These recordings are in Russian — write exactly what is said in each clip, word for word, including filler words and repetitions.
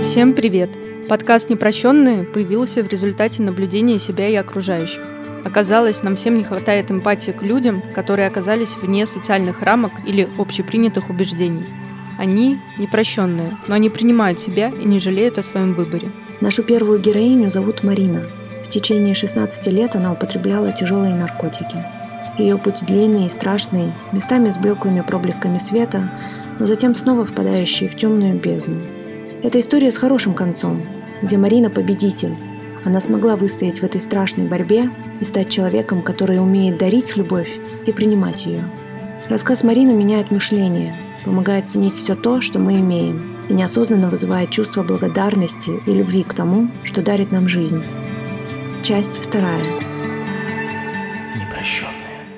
Всем привет! Подкаст «Непрощенные» появился в результате наблюдения себя и окружающих. Оказалось, нам всем не хватает эмпатии к людям, которые оказались вне социальных рамок или общепринятых убеждений. Они непрощенные, но они принимают себя и не жалеют о своем выборе. Нашу первую героиню зовут Марина. В течение шестнадцати лет она употребляла тяжелые наркотики. Ее путь длинный и страшный, местами с блеклыми проблесками света, но затем снова впадающий в темную бездну. Это история с хорошим концом, где Марина победитель. Она смогла выстоять в этой страшной борьбе и стать человеком, который умеет дарить любовь и принимать ее. Рассказ Марины меняет мышление, помогает ценить все то, что мы имеем, и неосознанно вызывает чувство благодарности и любви к тому, что дарит нам жизнь. Часть вторая. Непрощенные.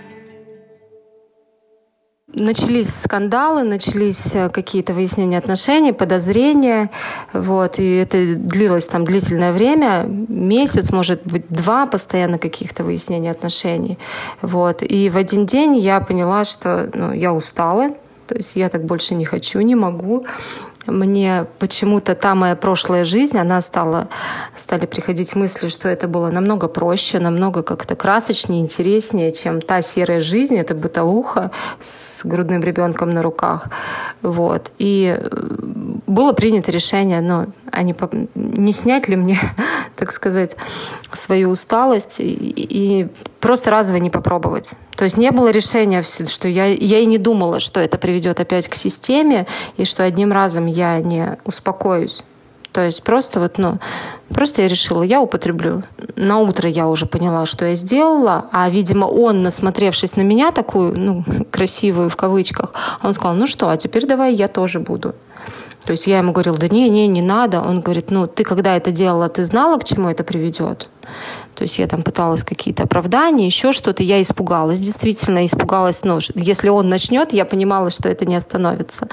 Начались скандалы, начались какие-то выяснения отношений, подозрения. Вот, и это длилось там длительное время, месяц, может быть, два, постоянно каких-то выяснений отношений. Вот, и в один день я поняла, что ну, я устала, то есть я так больше не хочу, не могу. Мне почему-то та моя прошлая жизнь, она стала, стали приходить мысли, что это было намного проще, намного как-то красочнее, интереснее, чем та серая жизнь, это бытовуха с грудным ребенком на руках. Вот. И было принято решение, ну, а не, не снять ли мне, так сказать, свою усталость и, и просто разово не попробовать. То есть не было решения, что я, я и не думала, что это приведет опять к системе, и что одним разом я не успокоюсь. То есть просто вот, ну, просто я решила, я употреблю. На утро я уже поняла, что я сделала, а, видимо, он, насмотревшись на меня такую, ну, красивую в кавычках, он сказал, ну что, а теперь давай я тоже буду. То есть я ему говорила, да не, не, не надо. Он говорит, ну ты когда это делала, ты знала, к чему это приведет? То есть я там пыталась какие-то оправдания, еще что-то. Я испугалась, действительно испугалась. Ну, если он начнет, я понимала, что это не остановится.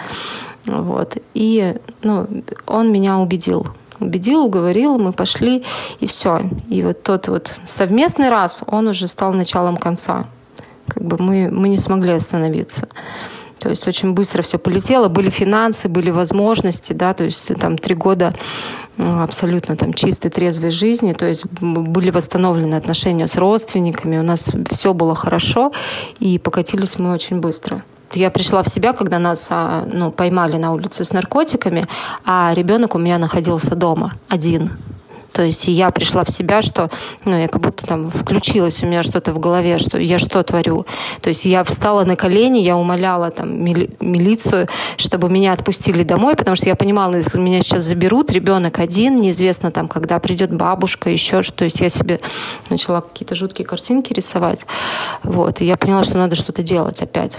Вот. И ну, он меня убедил. Убедил, уговорил, мы пошли, и все. И вот тот вот совместный раз, он уже стал началом конца. Как бы мы, мы не смогли остановиться. То есть очень быстро все полетело, были финансы, были возможности, да, то есть там три года абсолютно там чистой, трезвой жизни, то есть были восстановлены отношения с родственниками, у нас все было хорошо, и покатились мы очень быстро. Я пришла в себя, когда нас ну, поймали на улице с наркотиками, а ребенок у меня находился дома один. То есть я пришла в себя, что ну, я как будто там включилось у меня что-то в голове, что я что творю. То есть я встала на колени, я умоляла там мили- милицию, чтобы меня отпустили домой, потому что я понимала, если меня сейчас заберут, ребенок один, неизвестно там, когда придет бабушка, еще что. То есть я себе начала какие-то жуткие картинки рисовать. Вот. И я поняла, что надо что-то делать опять.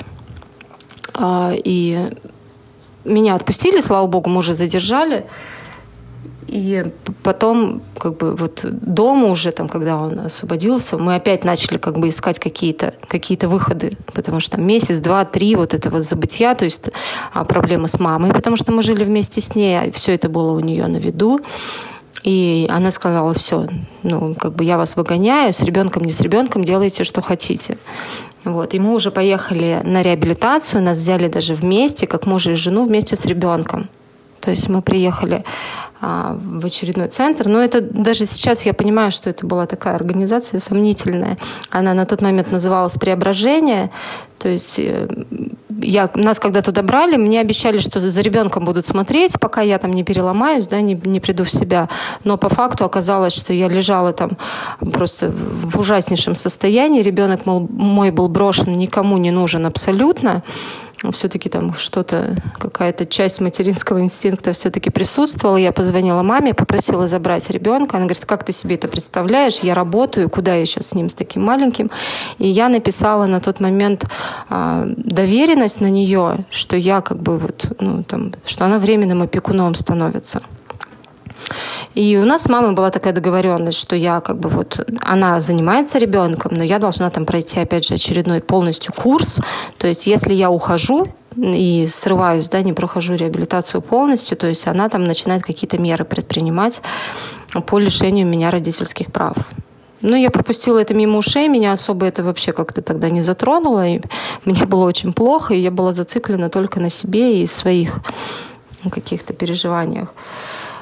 И меня отпустили, слава богу, мы уже задержали. И потом, как бы, вот дома уже, там, когда он освободился, мы опять начали, как бы, искать какие-то, какие-то выходы, потому что там месяц, два, три вот этого забытья, то есть проблемы с мамой, потому что мы жили вместе с ней, все это было у нее на виду. И она сказала, все, ну, как бы я вас выгоняю, с ребенком, не с ребенком, делайте, что хотите. Вот. И мы уже поехали на реабилитацию, нас взяли даже вместе, как мужа и жену, вместе с ребенком. То есть мы приехали а, в очередной центр. Но это даже сейчас я понимаю, что это была такая организация сомнительная. Она на тот момент называлась «Преображение». То есть я, нас когда туда брали, мне обещали, что за ребенком будут смотреть, пока я там не переломаюсь, да, не, не приду в себя. Но по факту оказалось, что я лежала там просто в ужаснейшем состоянии. Ребенок мол, мой был брошен, никому не нужен абсолютно. Все-таки там что-то, какая-то часть материнского инстинкта все-таки присутствовала. Я позвонила маме, попросила забрать ребенка. Она говорит, как ты себе это представляешь? Я работаю, куда я сейчас с ним, с таким маленьким? И я написала на тот момент а, доверенность на нее, что я как бы вот, ну, там, что она временным опекуном становится. И у нас с мамой была такая договоренность, что я как бы вот, она занимается ребенком, но я должна там пройти, опять же, очередной полностью курс. То есть если я ухожу и срываюсь, да, не прохожу реабилитацию полностью, то есть она там начинает какие-то меры предпринимать по лишению меня родительских прав. Ну, я пропустила это мимо ушей, меня особо это вообще как-то тогда не затронуло, и мне было очень плохо, и я была зациклена только на себе и своих каких-то переживаниях.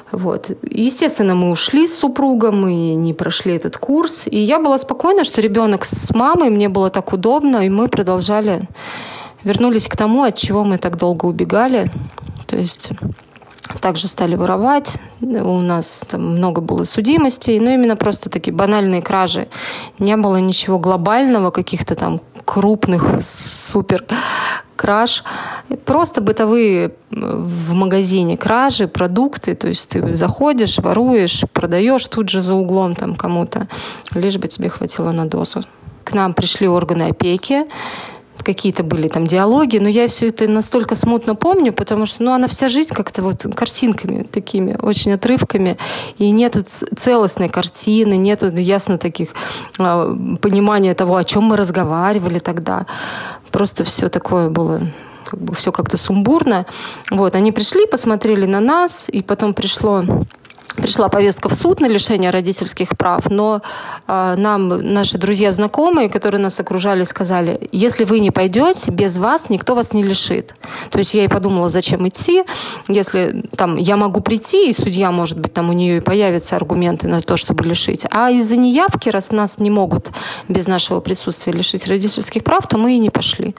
Вот. Естественно, мы ушли с супругом, мы не прошли этот курс. И я была спокойна, что ребенок с мамой, мне было так удобно, и мы продолжали, вернулись к тому, от чего мы так долго убегали. То есть также стали воровать, у нас там много было судимостей, но именно просто такие банальные кражи. Не было ничего глобального, каких-то там крупных супер краж. Просто бытовые в магазине кражи, продукты. То есть ты заходишь, воруешь, продаешь тут же за углом там кому-то, лишь бы тебе хватило на дозу. К нам пришли органы опеки, какие-то были там диалоги, но я все это настолько смутно помню, потому что ну, она вся жизнь как-то вот картинками такими, очень отрывками, и нету целостной картины, нету ясно таких а, понимания того, о чем мы разговаривали тогда. Просто все такое было, как бы все как-то сумбурно. Вот, они пришли, посмотрели на нас, и потом пришло... Пришла повестка в суд на лишение родительских прав, но э, нам наши друзья-знакомые, которые нас окружали, сказали, если вы не пойдете, без вас никто вас не лишит. То есть я и подумала, зачем идти, если там я могу прийти, и судья, может быть, там у нее и появятся аргументы на то, чтобы лишить. А из-за неявки, раз нас не могут без нашего присутствия лишить родительских прав, то мы и не пошли.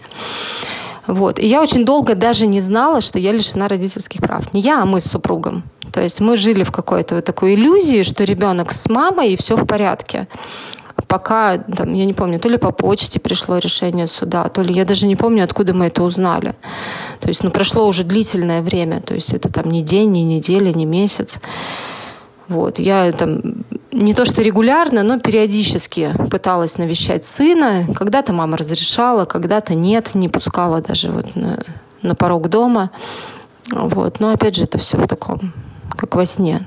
Вот. И я очень долго даже не знала, что я лишена родительских прав. Не я, а мы с супругом. То есть мы жили в какой-то вот такой иллюзии, что ребенок с мамой, и все в порядке. Пока, там, я не помню, то ли по почте пришло решение суда, то ли я даже не помню, откуда мы это узнали. То есть ну, прошло уже длительное время. То есть это там не день, не неделя, не месяц. Вот. Я там не то что регулярно, но периодически пыталась навещать сына. Когда-то мама разрешала, когда-то нет, не пускала даже вот на, на порог дома. Вот. Но опять же, это все в таком, как во сне.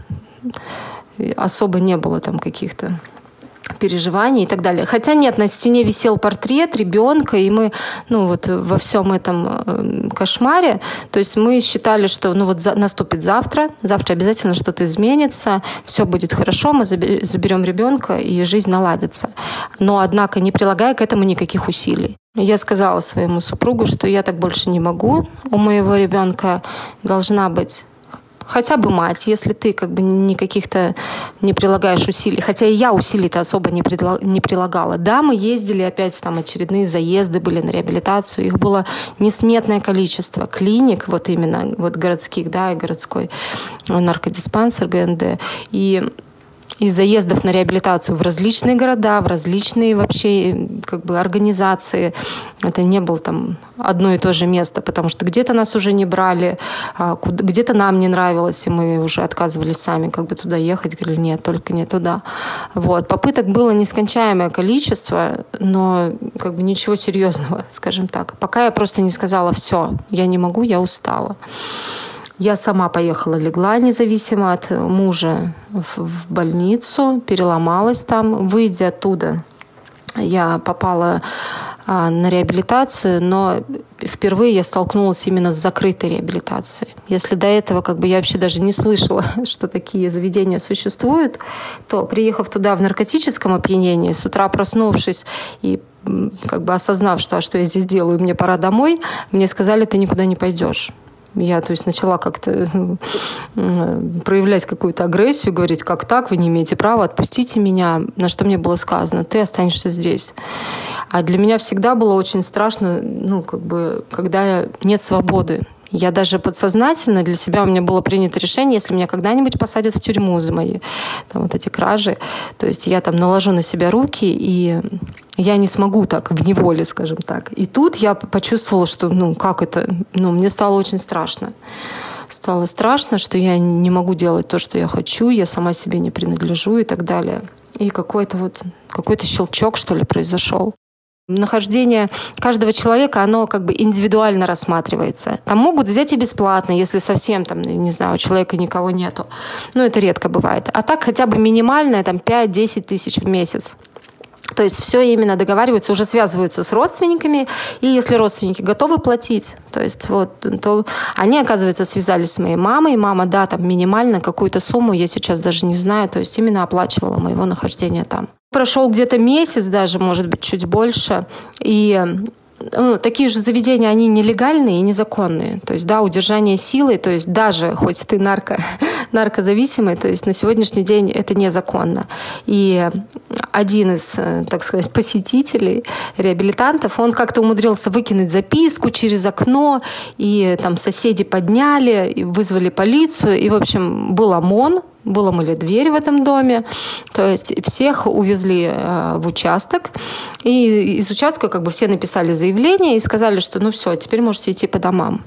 И особо не было там каких-то переживаний и так далее. Хотя нет, на стене висел портрет ребенка, и мы, ну вот во всем этом кошмаре, то есть мы считали, что ну вот за, наступит завтра, завтра обязательно что-то изменится, все будет хорошо, мы заберем ребенка, и жизнь наладится. Но, однако, не прилагая к этому никаких усилий. Я сказала своему супругу, что я так больше не могу, у моего ребенка должна быть хотя бы мать, если ты как бы никаких-то не прилагаешь усилий. Хотя и я усилий-то особо не, предло... не прилагала. Да, мы ездили, опять там очередные заезды были на реабилитацию. Их было несметное количество. Клиник, вот именно вот городских, да, и городской наркодиспансер гэ эн дэ. И и заездов на реабилитацию в различные города, в различные вообще как бы организации. Это не было там одно и то же место, потому что где-то нас уже не брали, где-то нам не нравилось, и мы уже отказывались сами как бы туда ехать. Говорили, нет, только не туда. Вот. Попыток было нескончаемое количество, но как бы ничего серьезного, скажем так. Пока я просто не сказала, все, я не могу, я устала. Я сама поехала, легла независимо от мужа в больницу, переломалась там. Выйдя оттуда, я попала а, на реабилитацию, но впервые я столкнулась именно с закрытой реабилитацией. Если до этого как бы я вообще даже не слышала, что такие заведения существуют, то, приехав туда в наркотическом опьянении, с утра проснувшись и как бы осознав, что, а что я здесь делаю, мне пора домой, мне сказали, ты никуда не пойдешь. Я, то есть, начала как-то проявлять какую-то агрессию, говорить, как так, вы не имеете права, отпустите меня. На что мне было сказано, ты останешься здесь. А для меня всегда было очень страшно, ну, как бы, когда нет свободы. Я даже подсознательно для себя, у меня было принято решение, если меня когда-нибудь посадят в тюрьму за мои там, вот эти кражи, то есть я там наложу на себя руки, и я не смогу так в неволе, скажем так. И тут я почувствовала, что, ну, как это, ну, мне стало очень страшно. Стало страшно, что я не могу делать то, что я хочу, я сама себе не принадлежу и так далее. И какой-то вот, какой-то щелчок, что ли, произошел. Нахождение каждого человека, оно как бы индивидуально рассматривается. Там могут взять и бесплатно, если совсем, там, не знаю, у человека никого нету. Но это редко бывает. А так хотя бы минимальное, там, пять-десять тысяч в месяц. То есть все именно договариваются, уже связываются с родственниками, и если родственники готовы платить, то есть вот, то они, оказывается, связались с моей мамой. Мама, да, там минимально какую-то сумму, я сейчас даже не знаю, то есть именно оплачивала моего нахождения там. Прошел где-то месяц даже, может быть, чуть больше, и ну, такие же заведения, они нелегальные и незаконные. То есть, да, удержание силой, то есть даже хоть ты нарко, наркозависимый, то есть на сегодняшний день это незаконно. И один из, так сказать, посетителей, реабилитантов, он как-то умудрился выкинуть записку через окно, и там соседи подняли, и вызвали полицию, и, в общем, был ОМОН, выломали дверь в этом доме, то есть всех увезли э, в участок, и из участка как бы все написали заявление и сказали, что ну все, теперь можете идти по домам.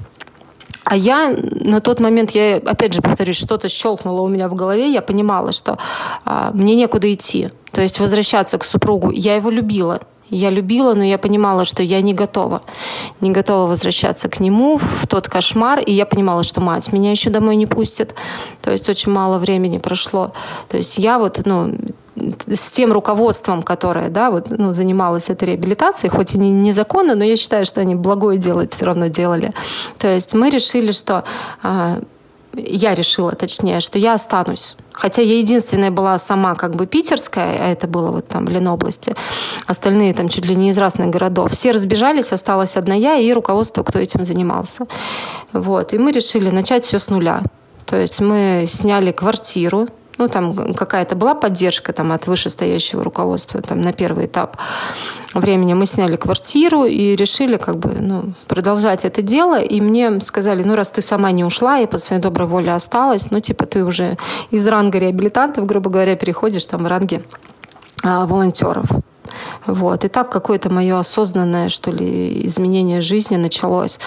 А я на тот момент, я опять же повторюсь, что-то щелкнуло у меня в голове, я понимала, что э, мне некуда идти, то есть возвращаться к супругу. Я его любила. Я любила, но я понимала, что я не готова. Не готова возвращаться к нему в тот кошмар. И я понимала, что мать меня еще домой не пустит. То есть очень мало времени прошло. То есть я вот, ну, с тем руководством, которое, да, вот, ну, занималось этой реабилитацией, хоть и не, незаконно, но я считаю, что они благое дело все равно делали. То есть мы решили, что... А, я решила, точнее, что я останусь. Хотя я единственная была сама как бы питерская, а это было вот там в Ленобласти. Остальные там чуть ли не из разных городов. Все разбежались, осталась одна я и руководство, кто этим занимался. Вот. И мы решили начать все с нуля. То есть мы сняли квартиру. Ну, там какая-то была поддержка там, от вышестоящего руководства там, на первый этап времени. Мы сняли квартиру и решили как бы, ну, продолжать это дело. И мне сказали, ну, раз ты сама не ушла и по своей доброй воле осталась, ну, типа, ты уже из ранга реабилитантов, грубо говоря, переходишь там в ранги а, волонтеров. Вот. И так какое-то мое осознанное, что ли, изменение жизни началось.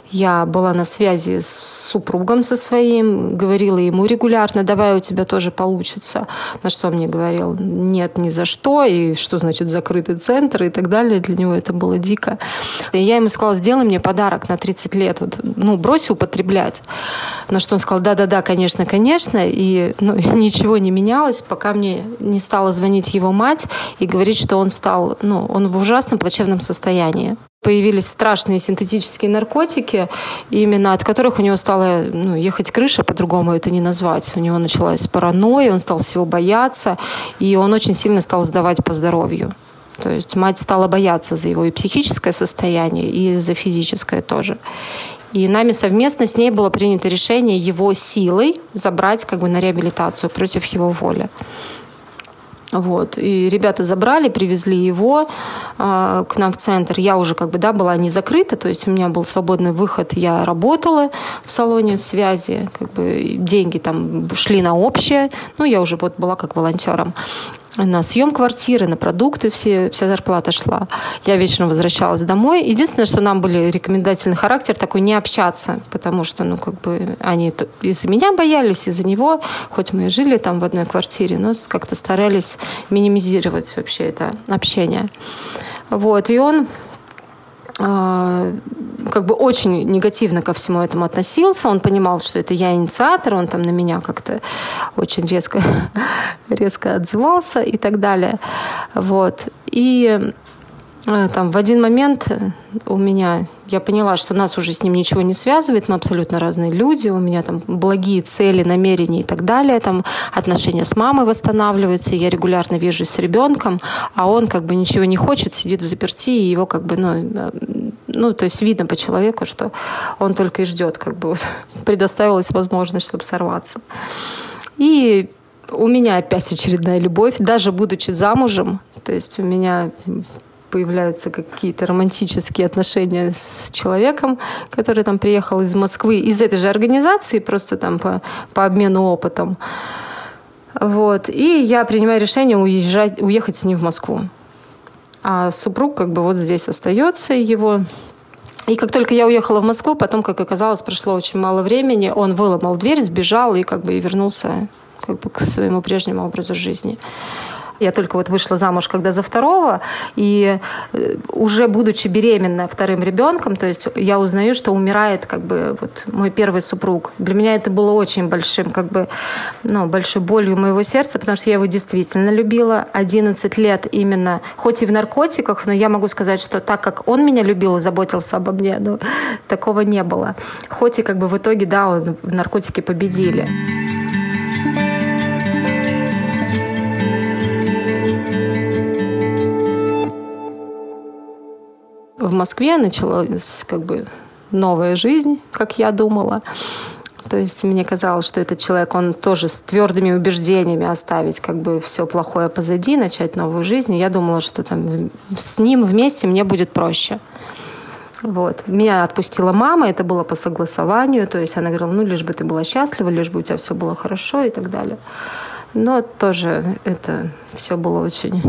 Я была на связи с супругом со своим, говорила ему регулярно, давай, у тебя тоже получится. На что он мне говорил, нет, ни за что, и что значит закрытый центр и так далее. Для него это было дико. И я ему сказала, сделай мне подарок на тридцать лет, вот, ну, брось употреблять. На что он сказал, да-да-да, конечно, конечно. И ну, ничего не менялось, пока мне не стала звонить его мать и говорить, что он стал, ну, он в ужасном плачевном состоянии. Появились страшные синтетические наркотики, именно от которых у него стала, ну, ехать крыша, по-другому это не назвать. У него началась паранойя, он стал всего бояться, и он очень сильно стал сдавать по здоровью. То есть мать стала бояться за его и психическое состояние, и за физическое тоже. И нами совместно с ней было принято решение его силой забрать как бы на реабилитацию против его воли. Вот. И ребята забрали, привезли его э, к нам в центр. Я уже как бы, да, была не закрыта, то есть у меня был свободный выход. Я работала в салоне связи, как бы деньги там шли на общее. Ну, я уже вот была как волонтером. На съем квартиры, на продукты все, вся зарплата шла. Я вечером возвращалась домой. Единственное, что нам были рекомендательный характер такой не общаться, потому что, ну, как бы они из-за меня боялись, из-за него, хоть мы и жили там в одной квартире, но как-то старались минимизировать вообще это общение. Вот, и он как бы очень негативно ко всему этому относился. Он понимал, что это я инициатор, он там на меня как-то очень резко, резко отзывался и так далее. Вот. И там в один момент у меня, я поняла, что нас уже с ним ничего не связывает, мы абсолютно разные люди, у меня там благие цели, намерения и так далее, там отношения с мамой восстанавливаются, я регулярно вижусь с ребенком, а он как бы ничего не хочет, сидит в заперти, и его как бы, ну, ну то есть видно по человеку, что он только и ждет, как бы вот, предоставилась возможность, чтобы сорваться. И у меня опять очередная любовь, даже будучи замужем, то есть у меня появляются какие-то романтические отношения с человеком, который там приехал из Москвы, из этой же организации, просто там по, по обмену опытом. Вот. И я принимаю решение уезжать, уехать с ним в Москву. А супруг как бы вот здесь остается его. И как только я уехала в Москву, потом, как оказалось, прошло очень мало времени, он выломал дверь, сбежал и как бы и вернулся как бы к своему прежнему образу жизни. Я только вот вышла замуж, когда за второго, и уже будучи беременна вторым ребенком, то есть я узнаю, что умирает как бы вот мой первый супруг. Для меня это было очень большим, как бы, ну, большой болью моего сердца, потому что я его действительно любила. одиннадцать лет именно, хоть и в наркотиках, но я могу сказать, что так как он меня любил и заботился обо мне, ну, такого не было. Хоть и как бы в итоге, да, он, наркотики победили. В Москве началась как бы новая жизнь, как я думала. То есть мне казалось, что этот человек, он тоже с твердыми убеждениями оставить как бы все плохое позади, начать новую жизнь. И я думала, что там с ним вместе мне будет проще. Вот. Меня отпустила мама, это было по согласованию. То есть она говорила, ну, лишь бы ты была счастлива, лишь бы у тебя все было хорошо и так далее. Но тоже это все было очень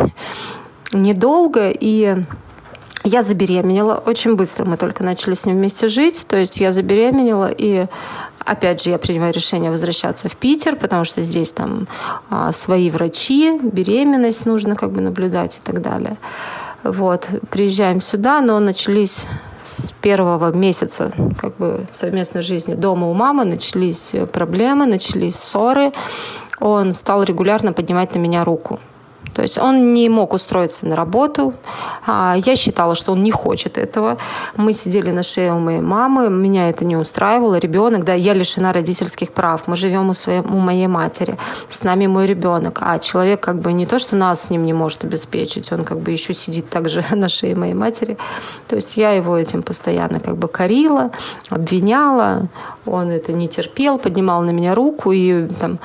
недолго. И я забеременела очень быстро. Мы только начали с ним вместе жить. То есть я забеременела, и опять же я принимаю решение возвращаться в Питер, потому что здесь там а, свои врачи, беременность нужно как бы наблюдать и так далее. Вот. Приезжаем сюда, но начались с первого месяца как бы совместной жизни дома у мамы, начались проблемы, начались ссоры. Он стал регулярно поднимать на меня руку. То есть он не мог устроиться на работу. Я считала, что он не хочет этого. Мы сидели на шее у моей мамы. Меня это не устраивало. Ребенок, да, я лишена родительских прав. Мы живем у, своей, у моей матери. С нами мой ребенок. А человек как бы не то, что нас с ним не может обеспечить. Он как бы еще сидит также на шее моей матери. То есть я его этим постоянно как бы корила, обвиняла. Он это не терпел, поднимал на меня руку и там...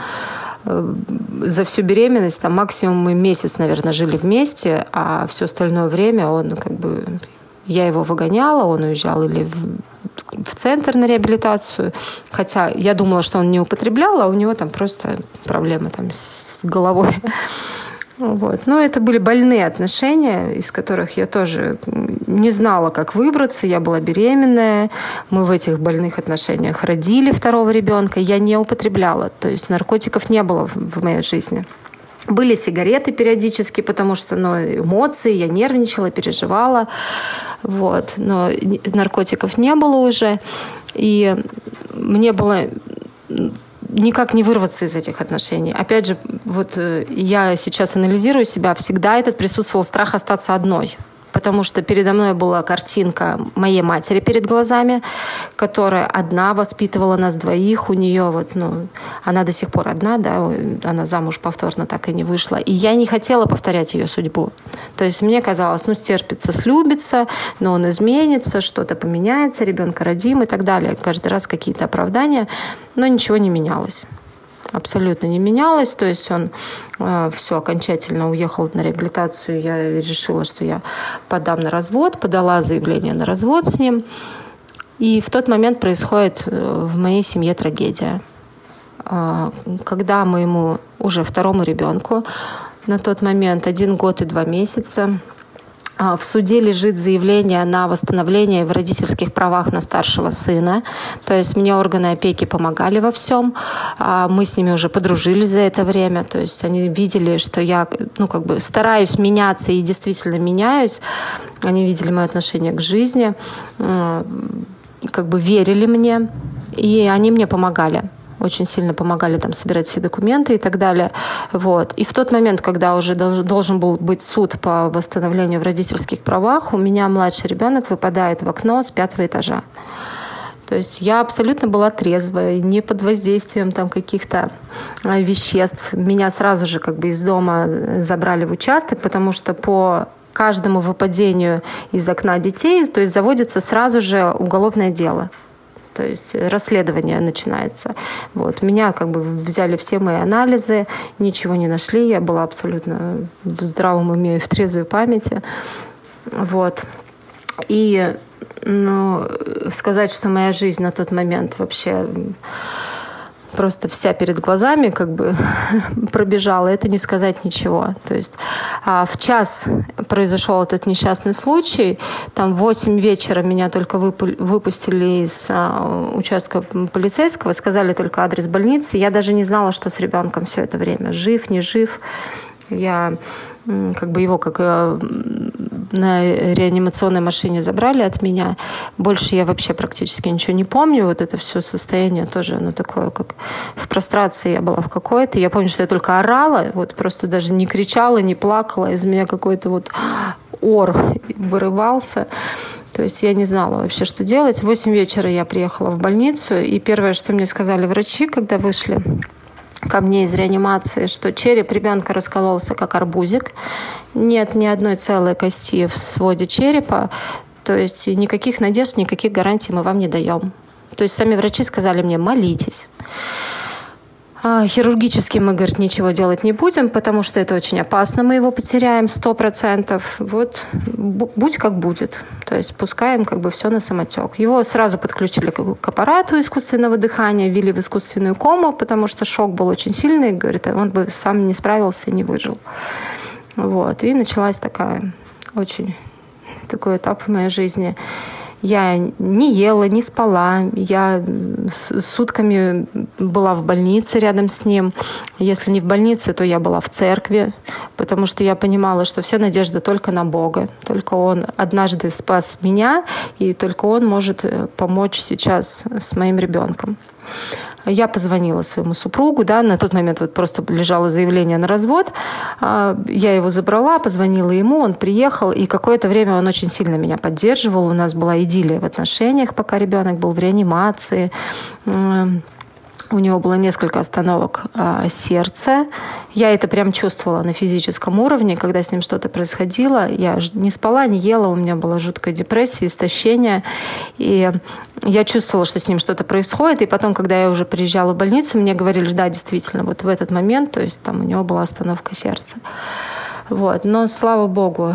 За всю беременность там максимум мы месяц, наверное, жили вместе, а все остальное время он как бы... Я его выгоняла, он уезжал или в, в центр на реабилитацию. Хотя я думала, что он не употреблял, а у него там просто проблемы там с головой. Вот. Но это были больные отношения, из которых я тоже не знала, как выбраться. Я была беременная. Мы в этих больных отношениях родили второго ребенка. Я не употребляла. То есть наркотиков не было в моей жизни. Были сигареты периодически, потому что ну, эмоции, я нервничала, переживала. Вот. Но наркотиков не было уже. И мне было... никак не вырваться из этих отношений. Опять же, вот я сейчас анализирую себя, всегда этот присутствовал страх остаться одной. Потому что передо мной была картинка моей матери перед глазами, которая одна воспитывала нас двоих. У нее вот, ну, она до сих пор одна, да, она замуж повторно так и не вышла. И я не хотела повторять ее судьбу. То есть мне казалось, ну, стерпится, слюбится, но он изменится, что-то поменяется, ребенка родим и так далее. Каждый раз какие-то оправдания, но ничего не менялось. Абсолютно не менялось. То есть он э, все окончательно уехал на реабилитацию. Я решила, что я подам на развод. Подала заявление на развод с ним. И в тот момент происходит в моей семье трагедия. Э, когда моему уже второму ребенку, на тот момент один год и два месяца, в суде лежит заявление на восстановление в родительских правах на старшего сына. То есть мне органы опеки помогали во всем. Мы с ними уже подружились за это время. То есть они видели, что я ну, как бы стараюсь меняться и действительно меняюсь. Они видели мое отношение к жизни, как бы верили мне, и они мне помогали. Очень сильно помогали там собирать все документы и так далее. Вот. И в тот момент, когда уже должен был быть суд по восстановлению в родительских правах, у меня младший ребенок выпадает в окно с пятого этажа. То есть я абсолютно была трезвая, не под воздействием там каких-то веществ. Меня сразу же как бы из дома забрали в участок, потому что по каждому выпадению из окна детей, то есть заводится сразу же уголовное дело. То есть расследование начинается. Вот. Меня как бы взяли все мои анализы, ничего не нашли. Я была абсолютно в здравом уме и в трезвой памяти. Вот. И ну, сказать, что моя жизнь на тот момент вообще просто вся перед глазами как бы пробежала, это не сказать ничего. То есть а, в час произошел этот несчастный случай, там в восемь вечера меня только выпу- выпустили из а, участка полицейского, сказали только адрес больницы, я даже не знала, что с ребенком все это время, жив, не жив. Я как бы его как на реанимационной машине забрали от меня. Больше я вообще практически ничего не помню. Вот это все состояние тоже, оно такое, как в прострации я была в какой-то. Я помню, что я только орала, вот просто даже не кричала, не плакала. Из меня какой-то вот ор вырывался. То есть я не знала вообще, что делать. В восемь вечера я приехала в больницу, и первое, что мне сказали врачи, когда вышли ко мне из реанимации, что череп ребенка раскололся, как арбузик. Нет ни одной целой кости в своде черепа. То есть никаких надежд, никаких гарантий мы вам не даем. То есть сами врачи сказали мне: молитесь. Хирургически мы, говорит, ничего делать не будем, потому что это очень опасно, мы его потеряем сто процентов. Вот будь как будет. То есть пускаем как бы все на самотек. Его сразу подключили к аппарату искусственного дыхания, ввели в искусственную кому, потому что шок был очень сильный. Говорит, он бы сам не справился, не выжил. Вот. И началась такая очень такой этап в моей жизни. Я не ела, не спала. Я сутками была в больнице рядом с ним. Если не в больнице, то я была в церкви, потому что я понимала, что вся надежда только на Бога. Только Он однажды спас меня, и только Он может помочь сейчас с моим ребенком. Я позвонила своему супругу, да, на тот момент вот просто лежало заявление на развод. Я его забрала, позвонила ему, он приехал, и какое-то время он очень сильно меня поддерживал. У нас была идиллия в отношениях, пока ребенок был в реанимации. У него было несколько остановок а, сердца. Я это прям чувствовала на физическом уровне, когда с ним что-то происходило. Я не спала, не ела, у меня была жуткая депрессия, истощение. И я чувствовала, что с ним что-то происходит. И потом, когда я уже приезжала в больницу, мне говорили, да, действительно, вот в этот момент, то есть там у него была остановка сердца. Вот. Но, слава богу,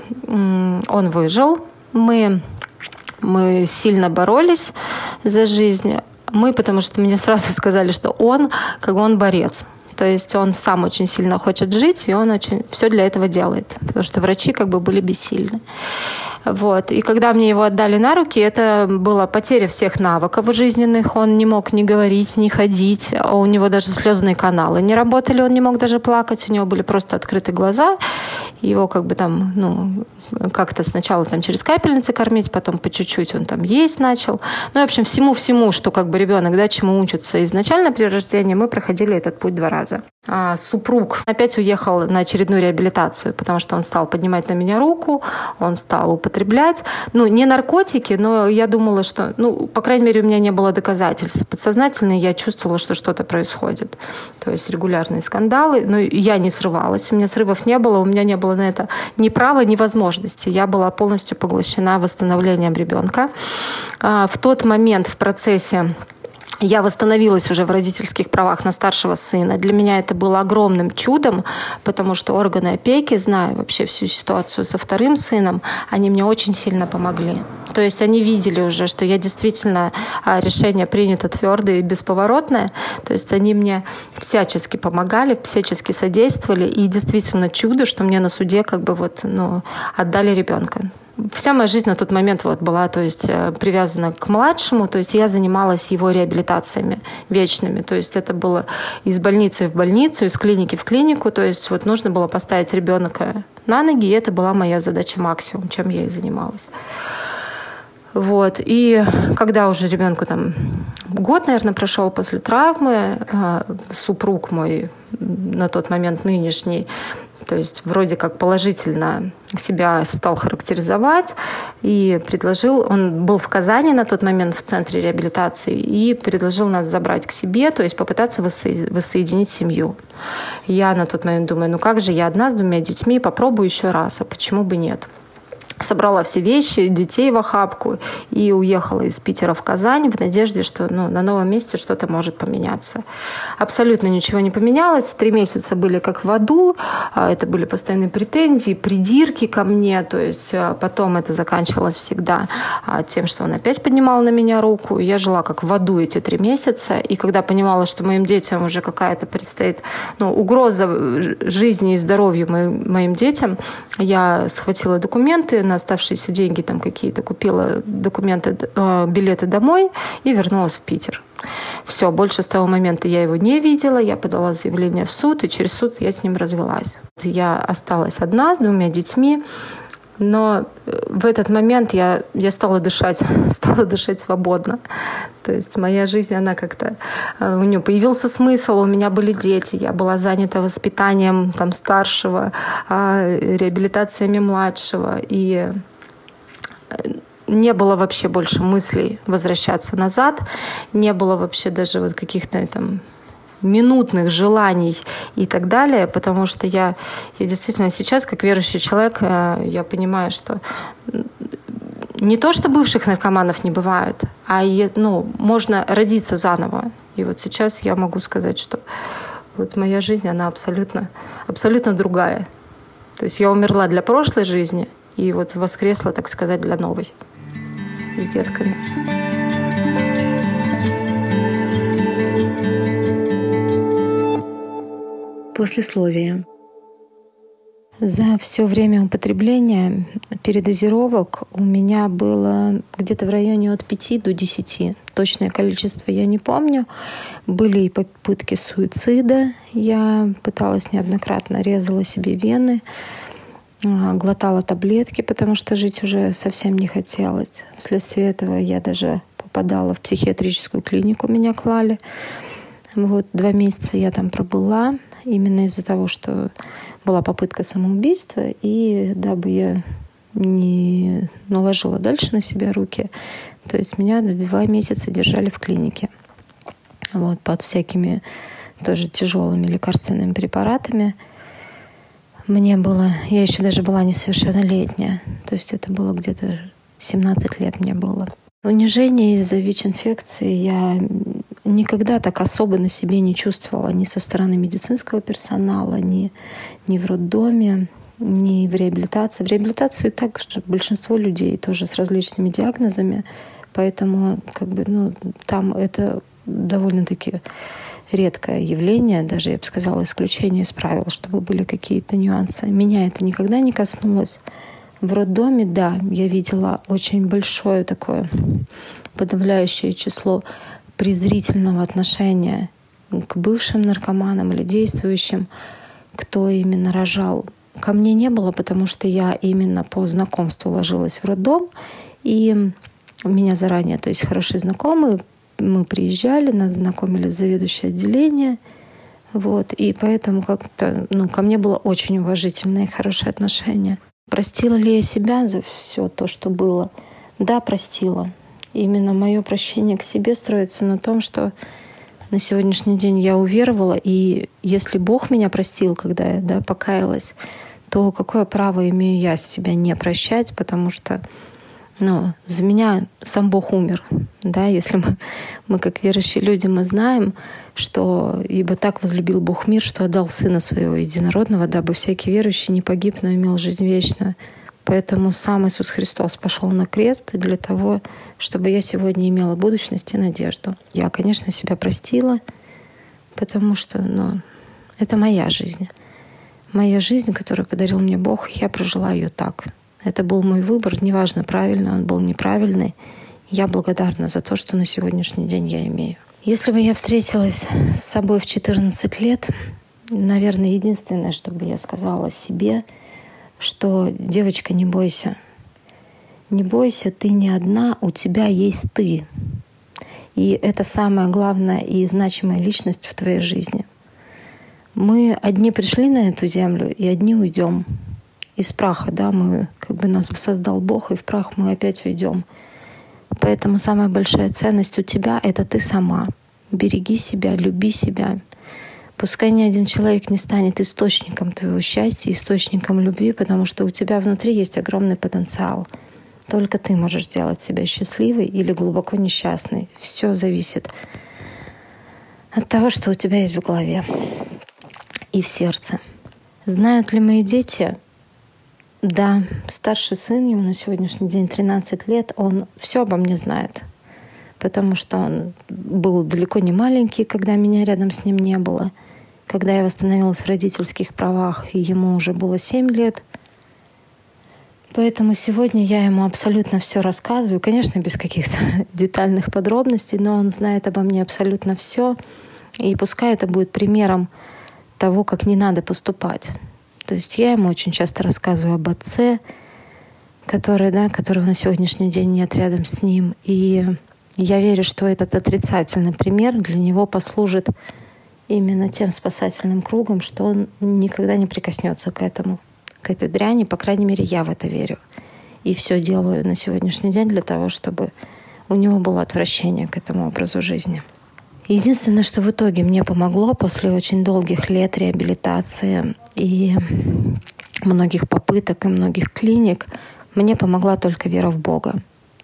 он выжил. Мы, мы сильно боролись за жизнь. Мы, потому что мне сразу сказали, что он, как он борец. То есть он сам очень сильно хочет жить, и он очень все для этого делает. Потому что врачи как бы были бессильны. Вот. И когда мне его отдали на руки, это была потеря всех навыков жизненных. Он не мог ни говорить, ни ходить. А у него даже слезные каналы не работали, он не мог даже плакать. У него были просто открыты глаза. Его как бы там, ну, как-то сначала там через капельницы кормить, потом по чуть-чуть он там есть начал. Ну, в общем, всему-всему, что как бы ребенок, да, чему учится изначально при рождении, мы проходили этот путь два раза. А супруг опять уехал на очередную реабилитацию, потому что он стал поднимать на меня руку, он стал употреблять. Ну, не наркотики, но я думала, что, ну, по крайней мере, у меня не было доказательств. Подсознательно я чувствовала, что что-то происходит. То есть регулярные скандалы. Но я не срывалась, у меня срывов не было, у меня не было на это ни права, ни возможности. Я была полностью поглощена восстановлением ребенка. В тот момент в процессе я восстановилась уже в родительских правах на старшего сына. Для меня это было огромным чудом, потому что органы опеки, зная вообще всю ситуацию со вторым сыном, они мне очень сильно помогли. То есть они видели уже, что я действительно, решение принято твердое и бесповоротное. То есть они мне всячески помогали, всячески содействовали. И действительно чудо, что мне на суде как бы вот, ну, отдали ребенка. Вся моя жизнь на тот момент вот была, то есть, привязана к младшему, то есть я занималась его реабилитациями вечными, то есть это было из больницы в больницу, из клиники в клинику, то есть вот нужно было поставить ребенка на ноги, и это была моя задача максимум, чем я и занималась. Вот. И когда уже ребенку там год, наверное, прошел после травмы, супруг мой на тот момент нынешний, то есть вроде как положительно себя стал характеризовать и предложил, он был в Казани на тот момент в центре реабилитации и предложил нас забрать к себе, то есть попытаться воссоединить семью. Я на тот момент думаю, ну как же, я одна с двумя детьми, попробую еще раз, а почему бы нет? Собрала все вещи, детей в охапку и уехала из Питера в Казань в надежде, что, ну, на новом месте что-то может поменяться. Абсолютно ничего не поменялось. Три месяца были как в аду. Это были постоянные претензии, придирки ко мне. То есть потом это заканчивалось всегда тем, что он опять поднимал на меня руку. Я жила как в аду эти три месяца. И когда понимала, что моим детям уже какая-то предстоит, ну, угроза жизни и здоровью моим, моим детям, я схватила документы, на оставшиеся деньги там какие-то купила документы, билеты домой и вернулась в Питер. Все, больше с того момента я его не видела, я подала заявление в суд, и через суд я с ним развелась. Я осталась одна с двумя детьми, но в этот момент я, я стала дышать, стала дышать свободно. То есть моя жизнь, она как-то... У нее появился смысл, у меня были дети, я была занята воспитанием там, старшего, реабилитациями младшего. И не было вообще больше мыслей возвращаться назад, не было вообще даже вот каких-то там минутных желаний и так далее, потому что я, я действительно сейчас, как верующий человек, я понимаю, что не то, что бывших наркоманов не бывает, а ну, можно родиться заново. И вот сейчас я могу сказать, что вот моя жизнь, она абсолютно, абсолютно другая. То есть я умерла для прошлой жизни и вот воскресла, так сказать, для новой с детками. Послесловие. За все время употребления передозировок у меня было где-то в районе от пяти до десяти. Точное количество я не помню. Были и попытки суицида. Я пыталась неоднократно, резала себе вены, глотала таблетки, потому что жить уже совсем не хотелось. Вследствие этого я даже попадала в психиатрическую клинику, меня клали. Вот два месяца я там пробыла. Именно из-за того, что была попытка самоубийства, и дабы я не наложила дальше на себя руки, то есть меня два месяца держали в клинике. Вот, под всякими тоже тяжелыми лекарственными препаратами. Мне было... Я еще даже была несовершеннолетняя. То есть это было где-то семнадцать лет мне было. Унижение из-за ВИЧ-инфекции я никогда так особо на себе не чувствовала ни со стороны медицинского персонала, ни, ни в роддоме, ни в реабилитации. В реабилитации также большинство людей тоже с различными диагнозами, поэтому как бы, ну, там это довольно-таки редкое явление, даже, я бы сказала, исключение из правил, чтобы были какие-то нюансы. Меня это никогда не коснулось. В роддоме, да, я видела очень большое такое подавляющее число презрительного отношения к бывшим наркоманам или действующим, кто именно рожал. Ко мне не было, потому что я именно по знакомству ложилась в роддом, и у меня заранее, то есть хорошие знакомые, мы приезжали, нас знакомили с заведующей отделения, вот, и поэтому как-то, ну, ко мне было очень уважительное и хорошее отношение. Простила ли я себя за все то, что было? Да, простила. Именно мое прощение к себе строится на том, что на сегодняшний день я уверовала, и если Бог меня простил, когда я, да, покаялась, то какое право имею я себя не прощать, потому что, ну, за меня сам Бог умер. Да? Если мы, мы, как верующие люди, мы знаем, что «Ибо так возлюбил Бог мир, что отдал Сына Своего Единородного, дабы всякий верующий не погиб, но имел жизнь вечную». Поэтому сам Иисус Христос пошел на крест для того, чтобы я сегодня имела будущность и надежду. Я, конечно, себя простила, потому что, ну, это моя жизнь. Моя жизнь, которую подарил мне Бог, я прожила ее так. Это был мой выбор, неважно, правильный он был, неправильный. Я благодарна за то, что на сегодняшний день я имею. Если бы я встретилась с собой в четырнадцать лет, наверное, единственное, что бы я сказала себе, что, девочка, не бойся. Не бойся, ты не одна, у тебя есть ты. И это самая главная и значимая личность в твоей жизни. Мы одни пришли на эту землю, и одни уйдем. Из праха, да, мы, как бы нас создал Бог, и в прах мы опять уйдем. Поэтому самая большая ценность у тебя — это ты сама. Береги себя, люби себя. Пускай ни один человек не станет источником твоего счастья, источником любви, потому что у тебя внутри есть огромный потенциал. Только ты можешь сделать себя счастливой или глубоко несчастной. Все зависит от того, что у тебя есть в голове и в сердце. Знают ли мои дети? Да, старший сын, ему на сегодняшний день тринадцать лет, он все обо мне знает, потому что он был далеко не маленький, когда меня рядом с ним не было. Когда я восстановилась в родительских правах, ему уже было семь лет. Поэтому сегодня я ему абсолютно все рассказываю. Конечно, без каких-то детальных подробностей, но он знает обо мне абсолютно все. И пускай это будет примером того, как не надо поступать. То есть я ему очень часто рассказываю об отце, который, да, которого на сегодняшний день нет рядом с ним. И я верю, что этот отрицательный пример для него послужит именно тем спасательным кругом, что он никогда не прикоснется к этому, к этой дряни. По крайней мере, я в это верю. И все делаю на сегодняшний день для того, чтобы у него было отвращение к этому образу жизни. Единственное, что в итоге мне помогло после очень долгих лет реабилитации и многих попыток и многих клиник, мне помогла только вера в Бога.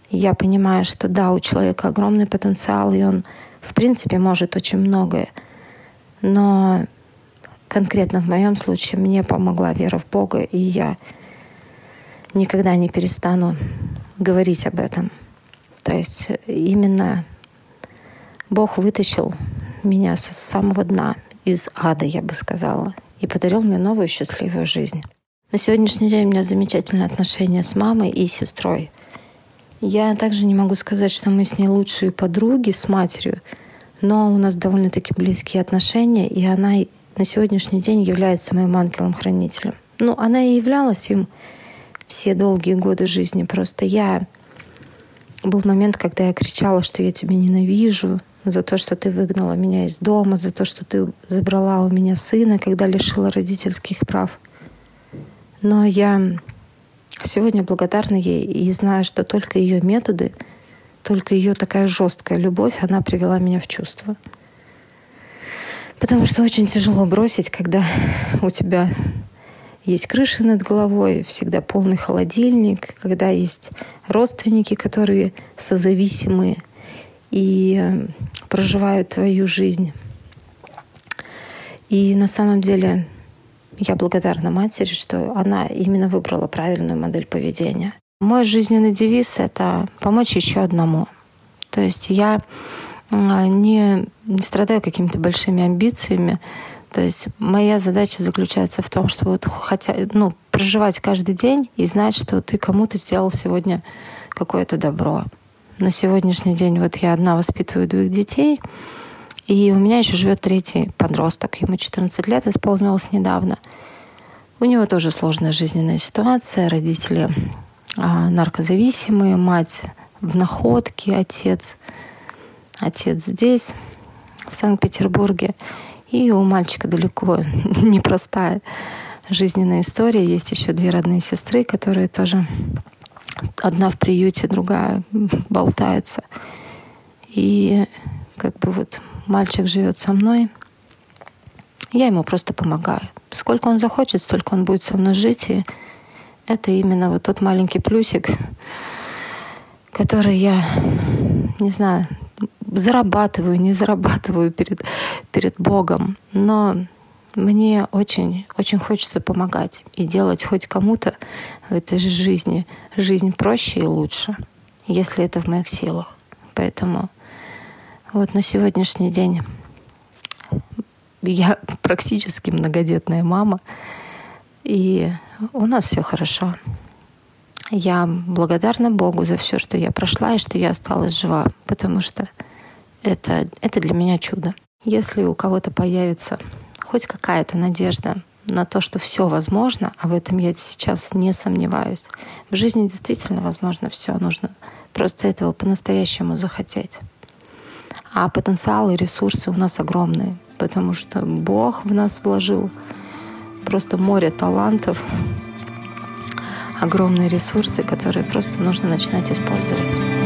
И я понимаю, что да, у человека огромный потенциал, и он, в принципе, может очень многое. Но конкретно в моем случае мне помогла вера в Бога, и я никогда не перестану говорить об этом. То есть именно Бог вытащил меня с самого дна, из ада, я бы сказала, и подарил мне новую счастливую жизнь. На сегодняшний день у меня замечательные отношения с мамой и сестрой. Я также не могу сказать, что мы с ней лучшие подруги с матерью, но у нас довольно-таки близкие отношения, и она на сегодняшний день является моим ангелом-хранителем. Ну, она и являлась им все долгие годы жизни. Просто я... Был момент, когда я кричала, что я тебя ненавижу за то, что ты выгнала меня из дома, за то, что ты забрала у меня сына, когда лишила родительских прав. Но я сегодня благодарна ей и знаю, что только ее методы, только ее такая жесткая любовь, она привела меня в чувство. Потому что очень тяжело бросить, когда у тебя есть крыша над головой, всегда полный холодильник, когда есть родственники, которые созависимы и проживают твою жизнь. И на самом деле я благодарна матери, что она именно выбрала правильную модель поведения. Мой жизненный девиз — это помочь еще одному. То есть я не, не страдаю какими-то большими амбициями. То есть моя задача заключается в том, что вот хотя, ну, проживать каждый день и знать, что ты кому-то сделал сегодня какое-то добро. На сегодняшний день вот я одна воспитываю двоих детей, и у меня еще живет третий подросток. Ему четырнадцать лет исполнилось недавно. У него тоже сложная жизненная ситуация. Родители а, наркозависимые, мать в находке, отец, отец здесь, в Санкт-Петербурге. И у мальчика далеко непростая жизненная история. Есть еще две родные сестры, которые тоже одна в приюте, другая болтается. И как бы вот мальчик живет со мной. Я ему просто помогаю. Сколько он захочет, столько он будет со мной жить. И это именно вот тот маленький плюсик, который я, не знаю, зарабатываю, не зарабатываю перед, перед Богом. Но мне очень, очень хочется помогать и делать хоть кому-то в этой же жизни жизнь проще и лучше, если это в моих силах. Поэтому вот на сегодняшний день я практически многодетная мама, и у нас все хорошо. Я благодарна Богу за все, что я прошла и что я осталась жива, потому что это, это для меня чудо. Если у кого-то появится хоть какая-то надежда на то, что все возможно, а в этом я сейчас не сомневаюсь, в жизни действительно возможно все, нужно просто этого по-настоящему захотеть. А потенциал и ресурсы у нас огромные, потому что Бог в нас вложил просто море талантов, огромные ресурсы, которые просто нужно начинать использовать.